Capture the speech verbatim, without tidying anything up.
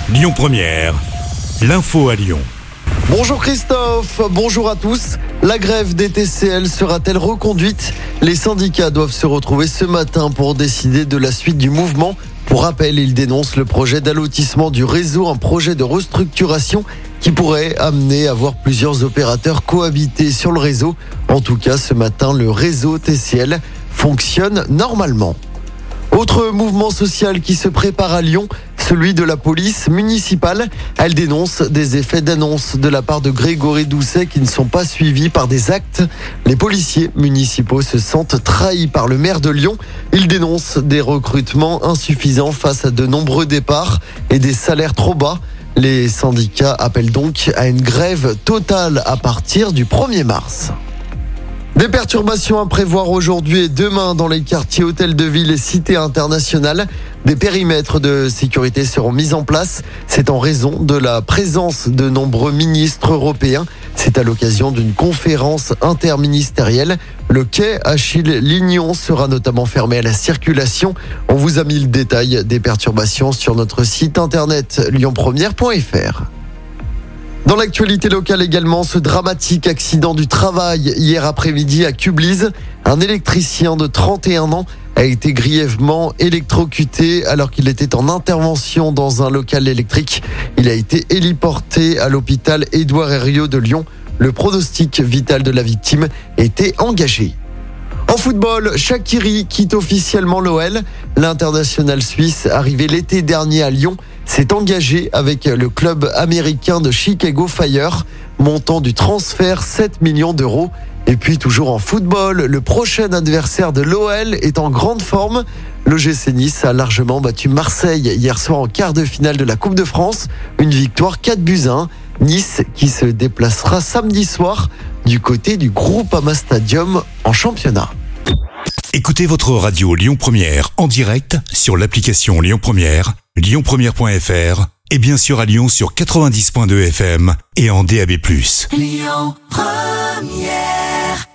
Lyon Première, l'info à Lyon. Bonjour Christophe, bonjour à tous. La grève des T C L sera-t-elle reconduite ? Les syndicats doivent se retrouver ce matin pour décider de la suite du mouvement. Pour rappel, ils dénoncent le projet d'allotissement du réseau, un projet de restructuration qui pourrait amener à voir plusieurs opérateurs cohabiter sur le réseau. En tout cas, ce matin, le réseau T C L fonctionne normalement. Autre mouvement social qui se prépare à Lyon, celui de la police municipale. Elle dénonce des effets d'annonce de la part de Grégory Doucet qui ne sont pas suivis par des actes. Les policiers municipaux se sentent trahis par le maire de Lyon. Ils dénoncent des recrutements insuffisants face à de nombreux départs et des salaires trop bas. Les syndicats appellent donc à une grève totale à partir du premier mars. Des perturbations à prévoir aujourd'hui et demain dans les quartiers hôtels de ville et cités internationales. Des périmètres de sécurité seront mis en place. C'est en raison de la présence de nombreux ministres européens. C'est à l'occasion d'une conférence interministérielle. Le quai Achille Lignon sera notamment fermé à la circulation. On vous a mis le détail des perturbations sur notre site internet lyon première point f r. Dans l'actualité locale également, ce dramatique accident du travail hier après-midi à Cublise. Un électricien de trente et un ans a été grièvement électrocuté alors qu'il était en intervention dans un local électrique. Il a été héliporté à l'hôpital Édouard Herriot de Lyon. Le pronostic vital de la victime était engagé. En football, Shaqiri quitte officiellement l'O L. L'international suisse, arrivé l'été dernier à Lyon, s'est engagé avec le club américain de Chicago Fire, montant du transfert sept millions d'euros. Et puis toujours en football, le prochain adversaire de l'O L est en grande forme. L'O G C Nice a largement battu Marseille hier soir en quart de finale de la Coupe de France. Une victoire quatre buts à un. Nice qui se déplacera samedi soir du côté du Groupama Stadium en championnat. Écoutez votre radio Lyon Première en direct sur l'application Lyon Première, lyon première point f r et bien sûr à Lyon sur quatre-vingt-dix point deux F M et en D A B plus. Lyon Première.